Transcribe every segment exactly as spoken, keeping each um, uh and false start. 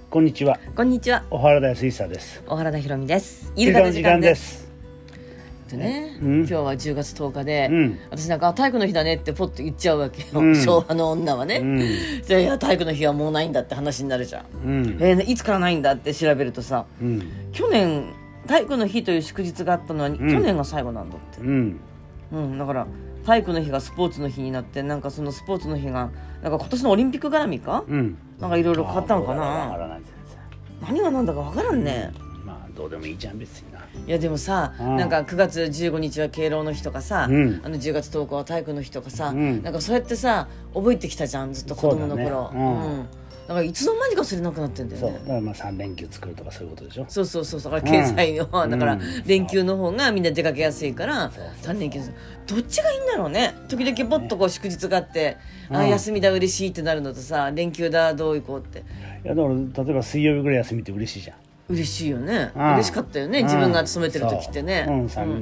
こんにちは。 こんにちは。 小原田康久です。 小原田ひろみです。 イルカの時間です。 でね、 うん、 今日はじゅうがつとおかで、 うん、 私なんか体育の日だねってポッと言っちゃうわけよ、 うん、 昭和の女はね、 うん、 でいや体育の日はもうないんだって話になるじゃん、うん、えー、いつからないんだって調べるとさ、うん、去年体育の日という祝日があったのは、うん、去年が最後なんだって、うんうん、だから体育の日がスポーツの日になって、なんかそのスポーツの日がなんか今年のオリンピック絡みか、うん、なんかいろいろ変わったのかな。何がなんだか分からんね、 うん、まあどうでもいいじゃん別にな。 いやでもさ、うん、なんかくがつじゅうごにちは敬老の日とかさ、うん、あのじゅうがつとおかは体育の日とかさ、うん、なんかそうやってさ覚えてきたじゃん、ずっと子供の頃。 う、ね、うんうん、だからいつの間にかそれなくなってんだよね。 そうだからまあさんれんきゅう作るとかそういうことでしょ。 そうそうそう、だから経済の、うん、だから連休の方がみんな出かけやすいからさんれんきゅう、どっちがいいんだろうね。時々ポッとこう祝日があって、ね、あ休みだ嬉しいってなるのとさ、連休だどう行こうって。いやだから例えば水曜日ぐらい休みって嬉しいじゃん。 嬉しいよね、うん、嬉しかったよね、自分が勤めてる時ってね。 う、うんうん、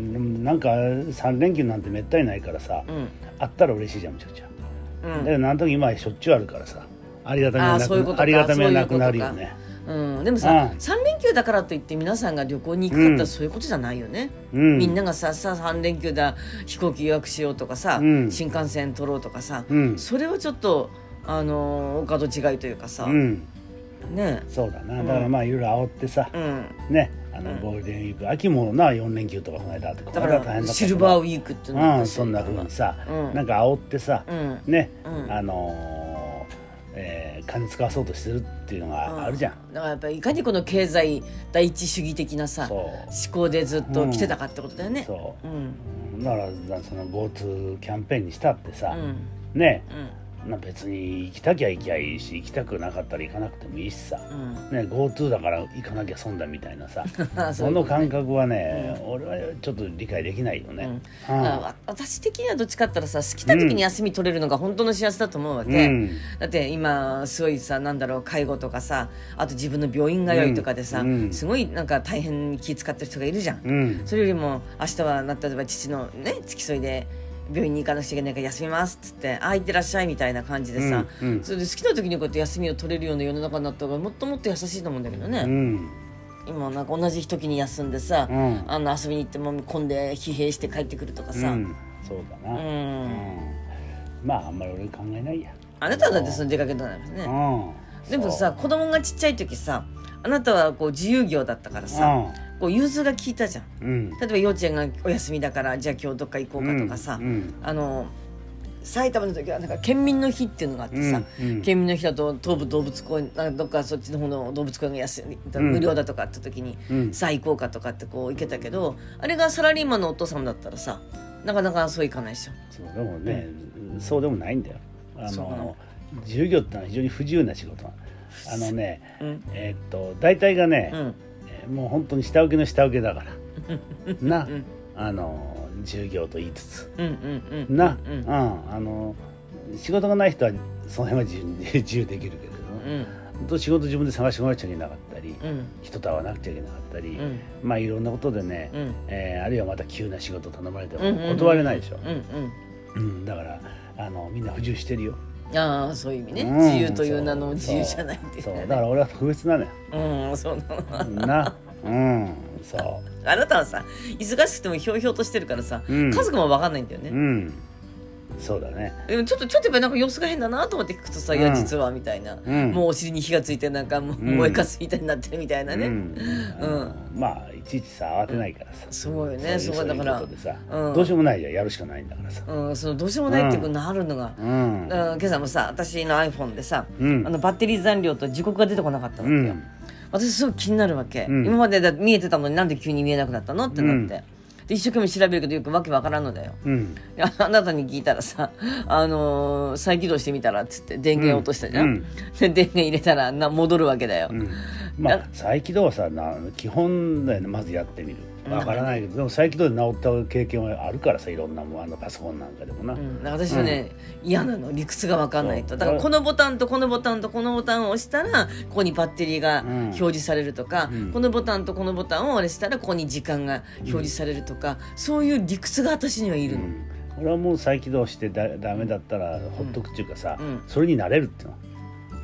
なんかさんれんきゅうなんてめったにないからさ、うん、あったら嬉しいじゃん、むちゃくちゃ、うん、だけどなんとなく今しょっちゅうあるからさ、ありがたみはなく、ありがたみはなくなるよね。うん、でもさ、うん、さんれんきゅうだからといって皆さんが旅行に行くかったらそういうことじゃないよね、うん、みんながさささんれんきゅうだ飛行機予約しようとかさ、うん、新幹線取ろうとかさ、うん、それはちょっとあのー、お門違いというかさ、うんね、そうだな、だからまあいろいろ煽ってさ、うん、ね、あのゴールデンウィーク、秋もなよんれんきゅうとかこの間あって、 だから大変だったシルバーウィークっての、うん、そんな風にさ、うん、なんか煽ってさ、うん、ね、うん、あのーえー、金使わそうとしてるっていうのがあるじゃん、 うん、だからやっぱりいかにこの経済第一主義的なさ思考でずっと来てたかってことだよね、うん、そう、 うん、だからその GoTo キャンペーンにしたってさ、うん、ね、うん、別に行きたきゃ行きゃいいし、行きたくなかったら行かなくてもいいしさ、うんね、GoTo だから行かなきゃ損だみたいなさその感覚はね、うん、俺はちょっと理解できないよね、うん、 あ私的にはどっちかって言ったらさ、好きな時に休み取れるのが本当の幸せだと思うわけ、うん、だって今すごいさ、なんだろう、介護とかさ、あと自分の病院通いとかでさ、うん、すごいなんか大変に気遣ってる人がいるじゃん、うん、それよりも明日は例えば父のね付き添いで病院に行かなくちゃいけないから休みますっつって、ああ行ってらっしゃいみたいな感じでさ、うんうん、それで好きな時にこうやって休みを取れるような世の中になった方がもっともっと優しいと思うんだけどね、うん、今なんか同じ時に休んでさ、うん、あの遊びに行っても混んで疲弊して帰ってくるとかさ、うん、 そうだな、うんうん、まああんまり俺考えないや。 あなただってその出かけたんだよね、うん、でもさ子供がちっちゃい時さ、あなたはこう自由業だったからさ、うんこう融通が効いたじゃん、うん、例えば幼稚園がお休みだからじゃあ今日どっか行こうかとかさ、うんうん、あの埼玉の時はなんか県民の日っていうのがあってさ、うんうん、県民の日だと東武動物公園どっかそっちの方の動物公園が安い、うん、無料だとかって時に、うん、さあ行こうかとかってこう行けたけど、あれがサラリーマンのお父さんだったらさなかなかそういかないでしょ。 そうでもね、うん、そうでもないんだよ。あの自由業ってのは非常に不自由な仕事なの。あのね、うん、えー、っと大体がね、うんもう本当に下請けの下請けだからな、うん、あの従業と言いつつ、うんうんうん、な、うんうん、あの仕事がない人はその辺は自由自由できるけれど、うん、仕事自分で探してこなきゃいけなかったり、うん、人と会わなくちゃいけなかったり、うん、まあいろんなことでね、うんえー、あるいはまた急な仕事頼まれても断れないでしょ、うんうん、だからあのみんな不自由してるよ。 ああそういう意味ね、うん、自由という名の自由じゃないっていう、ね、 そうだから俺は特別なのよ。 うんそうなのなうんそうあなたはさ忙しくてもひょうひょうとしてるからさ、うん、家族も分かんないんだよね。うんそうだね。 でもちょっとちょっとやっぱなんか様子が変だなと思って聞くとさ、うん、いや実はみたいな、うん、もうお尻に火がついてなんかもう燃えかすみたいになってるみたいなね、うんうん、まあいちいちさ慌てないからさ、うん、 そうよね。そうだからそういうことでさ、うん、どうしようもないじゃん、やるしかないんだからさ、 うん、そのどうしようもないっていうことになるのが、うんうん、今朝もさ私の iPhone でさ、うん、あのバッテリー残量と時刻が出てこなかったわけよ、うん、私すごい気になるわけ、うん、今までだ見えてたのになんで急に見えなくなったのってなって、うんで一生懸命調べるけどよくわけわからんのだよ、うん、あなたに聞いたらさ、あのー、再起動してみたらっつって電源落としたじゃん、うん、で電源入れたらな戻るわけだよ、うん、 まあ再起動はさな基本だよね。まずやってみる。わからないけど、でも再起動で治った経験はあるからさ、いろんなもんあのパソコンなんかでもな、うん、私はね、うん、嫌なの理屈が分かんないと。だからこのボタンとこのボタンとこのボタンを押したらここにバッテリーが表示されるとか、うん、このボタンとこのボタンを押したらここに時間が表示されるとか、うん、そういう理屈が私にはいるの、うん、俺はもう再起動してだダメだったらほっとくっていうかさ、うん、それになれるっていうの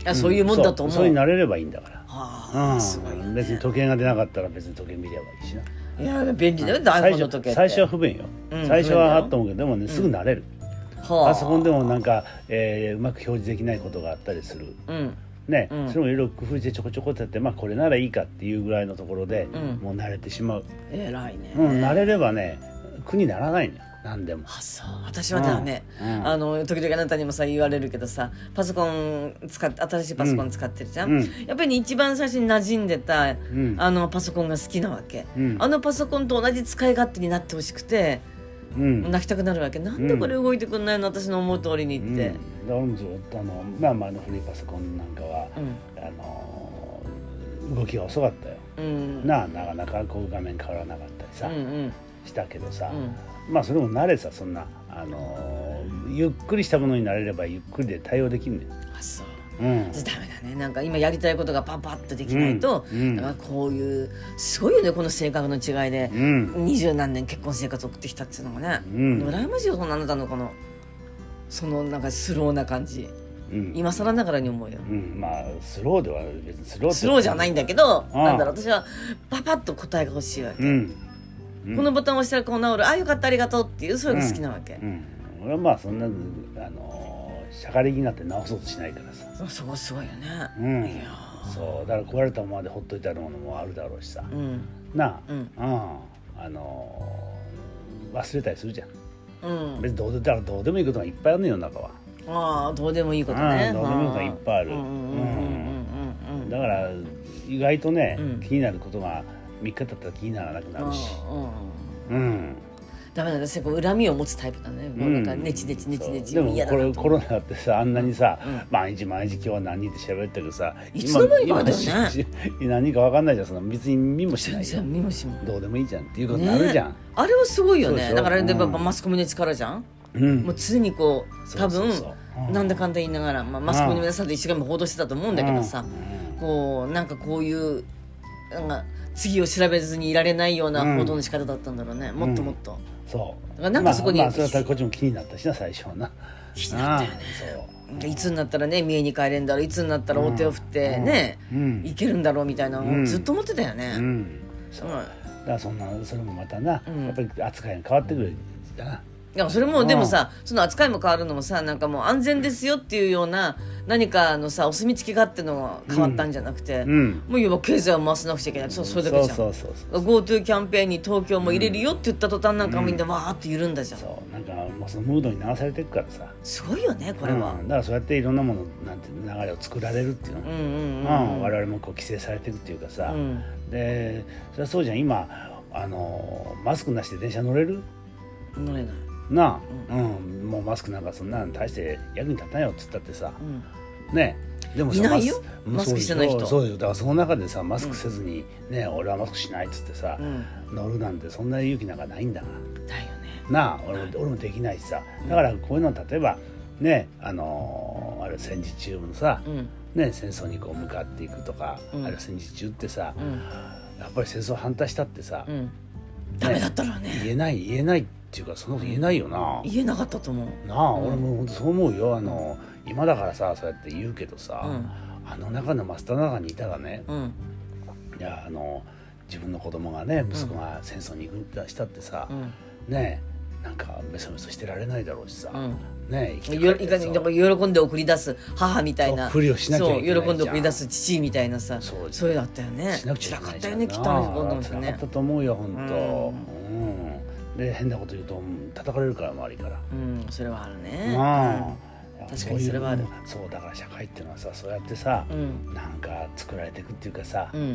あ、そういうもんだと思う、 うん、そうそうになれればいいんだから、 はあ、うん、すごいね。 別に時計が出なかったら別に時計見ればいいしな。 いや便利だよ、うん、iPhone の時計って最初は不便よ、うん、最初はあっと思うけどでもねすぐ慣れる、うん、パソコンでもなんか、えー、うまく表示できないことがあったりする、うんねうん、それもいろいろ工夫してちょこちょこってやって、まあ、これならいいかっていうぐらいのところで、うん、もう慣れてしまう。 偉いね、 うん、慣れればね苦にならないのよ何でも。 あ、そう。私はだね、うんうん、あの時々あなたにもさ言われるけどさ、パソコン使っ新しいパソコン使ってるじゃん、うん、やっぱり一番最初に馴染んでた、うん、あのパソコンが好きなわけ、うん、あのパソコンと同じ使い勝手になってほしくて、うん、泣きたくなるわけ。なんでこれ動いてくんないの、私の思う通りにって、うん、だから俺もずっとあのまあまあの古いパソコンなんかは、うん、あの動きが遅かったよ、うん、なあなかなかこう画面変わらなかったりさ、うんうん、したけどさ、うんまあそれも慣れさ、そんな、あのー、ゆっくりしたものになれればゆっくりで対応できるんだよ。 あ、そう、うん、ダメだね。なんか今やりたいことがパッパッとできないと、うん、だからこういうすごいよね、この性格の違いで二十、うん、何年結婚生活を送ってきたっていうのがね、うん、羨ましいよ、そのあなたのこのそのなんかスローな感じ、うん、今更ながらに思うよ、 うん、まあスローでは別にスローってスローじゃないんだけど、なんだろう、私はパパッと答えが欲しいわけ、うんうん、このボタンを押したらこう治る、あ、よかったありがとうっていう、そういうの好きなわけ、うんうん、 俺はまあそんな、あのー、しゃかり気になって直そうとしないからさ。 そ, そこすごいよね、うん、いやそうだから壊れたままでほっといてあるものもあるだろうしさ、うん、なあ、うんうん、あのー、忘れたりするじゃん、うん、別にどう で, だどうでもいいことがいっぱいあるのよ、世の中は。 ああ、どうでもいいことね、 どうでもいいことがいっぱいある。だから意外とね、うん、気になることがみっか経ったら気にならなくなるし、うん、うん、 ダメだね、私は恨みを持つタイプだね、もうなんかネチネチネチネチ、 でもこれコロナってさ、あんなにさ、うん、毎日毎日今日は何人で喋ってるさ、 いつの間にかだよね、 何か分かんないじゃん、その別に見もしないよ、 見もしもどうでもいいじゃんっていうことになるじゃん、ね、 あれはすごいよね。だからあれでやっぱマスコミの力じゃん、うん、もう常にこう多分そうそうそう、うん、なんだかんだ言いながら、まあ、マスコミの皆さんと一生懸命報道してたと思うんだけどさ、うん、こうなんかこういうなんか次を調べずにいられないような報道の仕方だったんだろうね、うん、もっともっと、 そうだからなんかそこに、 まあ、まあ、それはこっちも気になったしな、最初はな、 気になったよね。そう、いつになったらね三重に帰れんだろう、いつになったら大手を振ってね、うん、行けるんだろうみたいなのをずっと思ってたよね、うんうん、 そう、だからそんなそれもまたな、うん、やっぱり扱いが変わってくるじゃな。 いやそれもでもさ、その扱いも変わるのもさ、なんかもう安全ですよっていうような何かのさお墨付きがあってのが変わったんじゃなくて、うん、もういわば経済を回さなくちゃいけない、そう、それだけじゃん。そうそうそうそう、 GoTo キャンペーンに東京も入れるよって言った途端なんかみんなわーっと緩んだじゃん、うん、そう、なんかもうそのムードに流されていくからさ、 すごいよねこれは、 うん、だからそうやっていろんなものなんて流れを作られるっていうの、うんうんうんうん、我々もこう規制されていくっていうかさ、うん、でそれはそうじゃん。今あのマスクなしで電車乗れる？ 乗れないなあ、うん、うん、もうマスクなんかそんなの大して役に立たないよっつったってさ、うん、ね、でもさいないよマスクしてない人。 そうよ、だからその中でさマスクせずに、うん、ね、俺はマスクしないっつってさ、うん、乗るなんてそんな勇気なんかないんだからだよね。 なあ、俺も、俺もできないしさ、だからこういうの例えばね、あのー、あれ戦時中のさ、うん、ね、戦争にこう向かっていくとか、うん、あれ戦時中ってさ、うん、やっぱり戦争反対したってさ、うん、 ダメだったらね言えない言えないっていうか、そのこと言えないよな、 言えなかったと思うなあ、うん、俺も本当そう思うよ。あの今だからさそうやって言うけどさ、うん、あの中のマスターの中にいたらね、うん、いやあの自分の子供がね息子が戦争に行くしたってさ、うん、ねえなんかメソメソしてられないだろうしさ、うん、ねえ喜んで送り出す母みたいな、 ふりをしなきゃいけないじゃん。 そう喜んで送り出す父みたいなさ、そうそれだったよね。 しなくちゃいけないじゃん。 辛かったよねきっとね。 辛かったと思うよ本当、うんうん、で変なこと言うと叩かれるから周りから、 うん、それはあるね、うん確かにそれはある。 そうだから社会っていうのはさそうやってさ、うん、なんか作られていくっていうかさ、うんうんうん、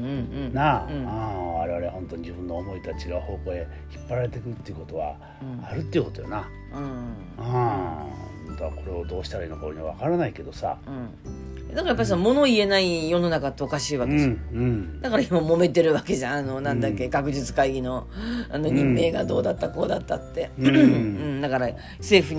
なあ、うん、あ我々本当に自分の思いとは違う方向へ引っ張られていくっていうことはあるっていうことよな、うんうん、だからこれをどうしたらいいのか俺には分からないけどさ、 うん、だからやっぱりさ、うん、物を言えない世の中っておかしいわけじゃん、うんうん、だから今揉めてるわけじゃん。あのなんだっけ、うん、学術会議のあの任命がどうだったこうだったって、うんうん、だから政府に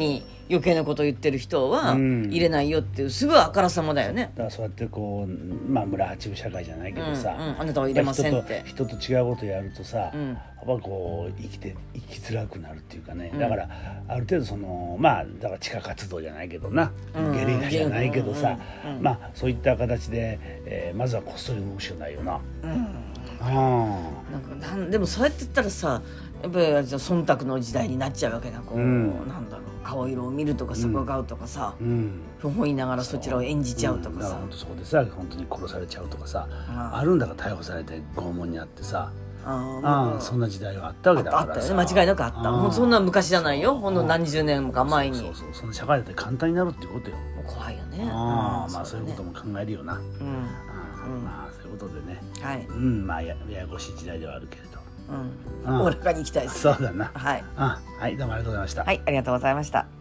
余計なこと言ってる人は入れないよっていうすごいあからさまだよね。 だからそうやってこう、まあ、村八分社会じゃないけどさ、 うんうん、あなたは入れませんって、 人と、人と違うことやるとさ、うん、やっぱこう生きて生きづらくなるっていうかね、だからある程度そのまあだから地下活動じゃないけどな、うん、ゲリラじゃないけどさ、うんうんうん、まあそういった形で、えー、まずはこっそり動くしかないよな。うん、 あなんかなんでもそうやって言ったらさやっぱり忖度の時代になっちゃうわけな、こう、うん、なんだろう顔色を見るとか逆顔とかさ、うん、不本意ながらそちらを演じちゃうとかさ、うん、だから本当そこでさ本当に殺されちゃうとかさ、あ, あるんだから逮捕されて拷問にあってさ、ああそんな時代はあったわけだからさ、 あったよね、間違いなくあった。もうそんな昔じゃないよ、ほんの何十年か前に。 そうそうそう、その社会だって簡単になるっていうことよ。 もう怖いよね。 あ、うん、まあそういうことも考えるよな。うん、うん、まあそういうことでね、はい、うん、まあ や, ややこしい時代ではあるけれど、 うん、おおらかに行きたいです、ね、 そうだな。 はい、 あ、はい、どうもありがとうございました。 はい、ありがとうございました。